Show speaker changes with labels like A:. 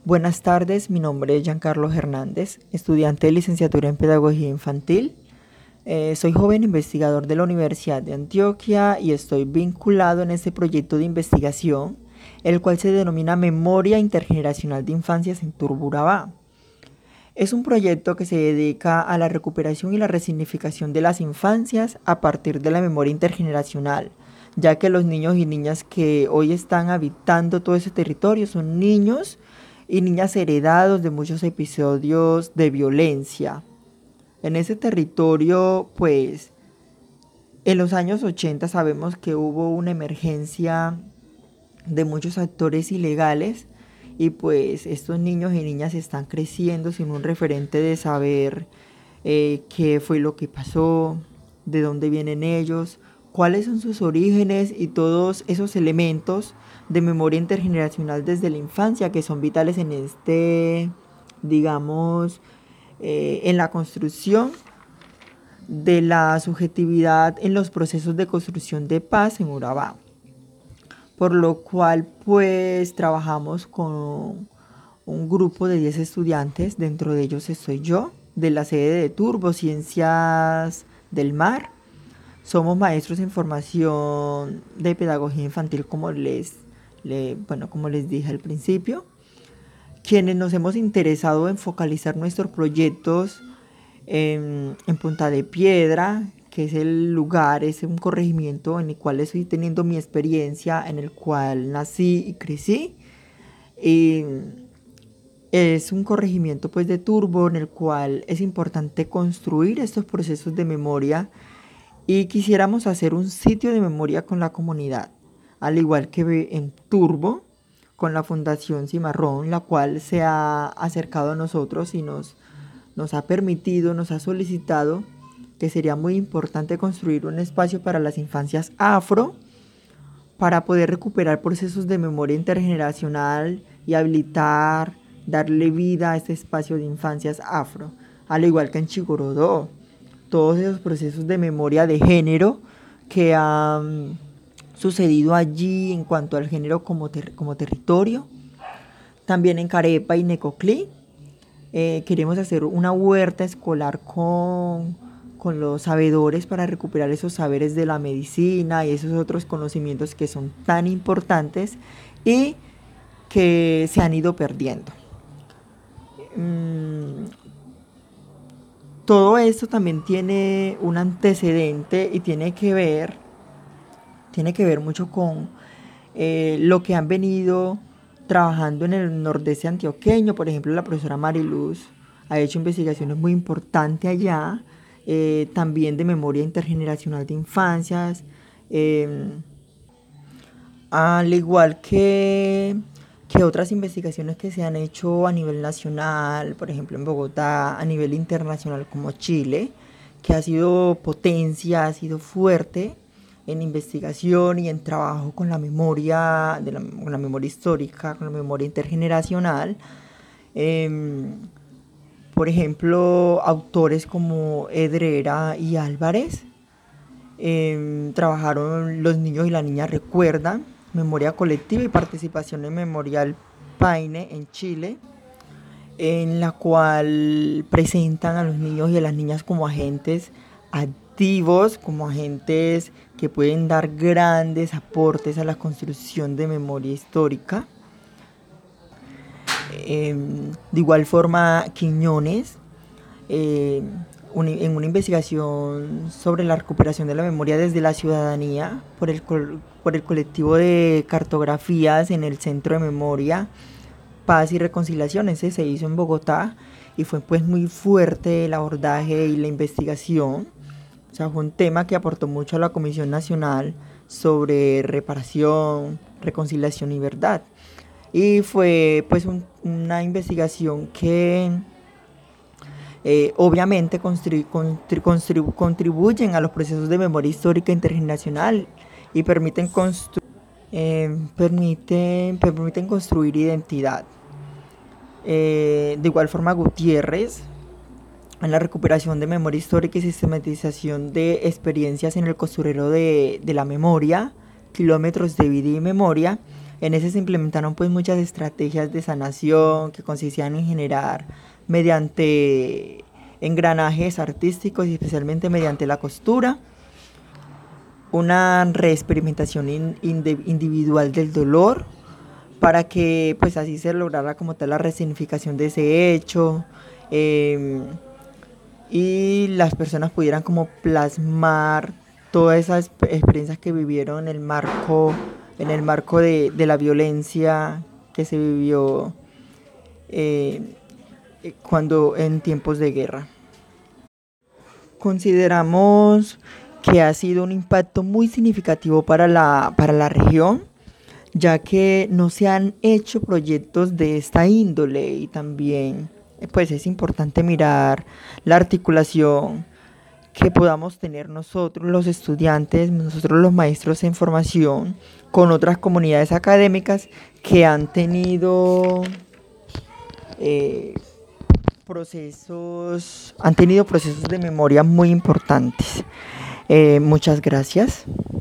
A: Buenas tardes, mi nombre es Giancarlo Hernández, estudiante de licenciatura en Pedagogía Infantil. Soy joven investigador de la Universidad de Antioquia y estoy vinculado en este proyecto de investigación, el cual se denomina Memoria Intergeneracional de Infancias en Turburabá. Es un proyecto que se dedica a la recuperación y la resignificación de las infancias a partir de la memoria intergeneracional, ya que los niños y niñas que hoy están habitando todo ese territorio son niños y niñas heredados de muchos episodios de violencia. En ese territorio, pues, en los años 80 sabemos que hubo una emergencia de muchos actores ilegales y pues estos niños y niñas están creciendo sin un referente de saber qué fue lo que pasó, de dónde vienen ellos, cuáles son sus orígenes y todos esos elementos de memoria intergeneracional desde la infancia que son vitales en digamos, en la construcción de la subjetividad en los procesos de construcción de paz en Urabá. Por lo cual pues trabajamos con un grupo de 10 estudiantes, dentro de ellos estoy yo, de la sede de Turbo, Ciencias del Mar. Somos maestros en formación de pedagogía infantil, como les dije al principio, quienes nos hemos interesado en focalizar nuestros proyectos en Punta de Piedra, que es el lugar, es un corregimiento en el cual estoy teniendo mi experiencia, en el cual nací y crecí. Y es un corregimiento pues de Turbo, en el cual es importante construir estos procesos de memoria y quisiéramos hacer un sitio de memoria con la comunidad, al igual que en Turbo, con la Fundación Cimarrón, la cual se ha acercado a nosotros y nos ha permitido, nos ha solicitado que sería muy importante construir un espacio para las infancias afro, para poder recuperar procesos de memoria intergeneracional y habilitar, darle vida a este espacio de infancias afro, al igual que en Chigorodó. Todos esos procesos de memoria de género que han sucedido allí en cuanto al género como territorio. También en Carepa y Necoclí. Queremos hacer una huerta escolar con los sabedores para recuperar esos saberes de la medicina y esos otros conocimientos que son tan importantes y que se han ido perdiendo. Todo esto también tiene un antecedente y tiene que ver mucho con lo que han venido trabajando en el nordeste antioqueño. Por ejemplo, la profesora Mariluz ha hecho investigaciones muy importantes allá, también de memoria intergeneracional de infancias, al igual que otras investigaciones que se han hecho a nivel nacional, por ejemplo en Bogotá, a nivel internacional como Chile, que ha sido potencia, ha sido fuerte en investigación y en trabajo con la memoria, con la memoria histórica, con la memoria intergeneracional. Por ejemplo, autores como Edrera y Álvarez trabajaron Los niños y las niñas recuerdan, memoria colectiva y participación en Memorial Paine en Chile, en la cual presentan a los niños y a las niñas como agentes activos, como agentes que pueden dar grandes aportes a la construcción de memoria histórica. De igual forma, Quiñones, en una investigación sobre la recuperación de la memoria desde la ciudadanía por el colectivo de cartografías en el Centro de Memoria, Paz y Reconciliación. Ese se hizo en Bogotá y fue pues muy fuerte el abordaje y la investigación. O sea, fue un tema que aportó mucho a la Comisión Nacional sobre Reparación, Reconciliación y Verdad. Y fue pues una investigación que obviamente contribuyen a los procesos de memoria histórica intergeneracional y permiten construir identidad. De igual forma, Gutiérrez, en la recuperación de memoria histórica y sistematización de experiencias en el costurero de la memoria, kilómetros de vida y memoria, En ese se implementaron pues muchas estrategias de sanación que consistían en generar mediante engranajes artísticos y especialmente mediante la costura una reexperimentación individual del dolor para que pues así se lograra como tal la resignificación de ese hecho, eh, y las personas pudieran como plasmar todas esas experiencias que vivieron en el marco de la violencia que se vivió eh, cuando en tiempos de guerra. Consideramos que ha sido un impacto muy significativo para la región, ya que no se han hecho proyectos de esta índole y también pues es importante mirar la articulación que podamos tener nosotros los estudiantes, nosotros los maestros en formación, con otras comunidades académicas que han tenido eh, han tenido procesos de memoria muy importantes. Muchas gracias.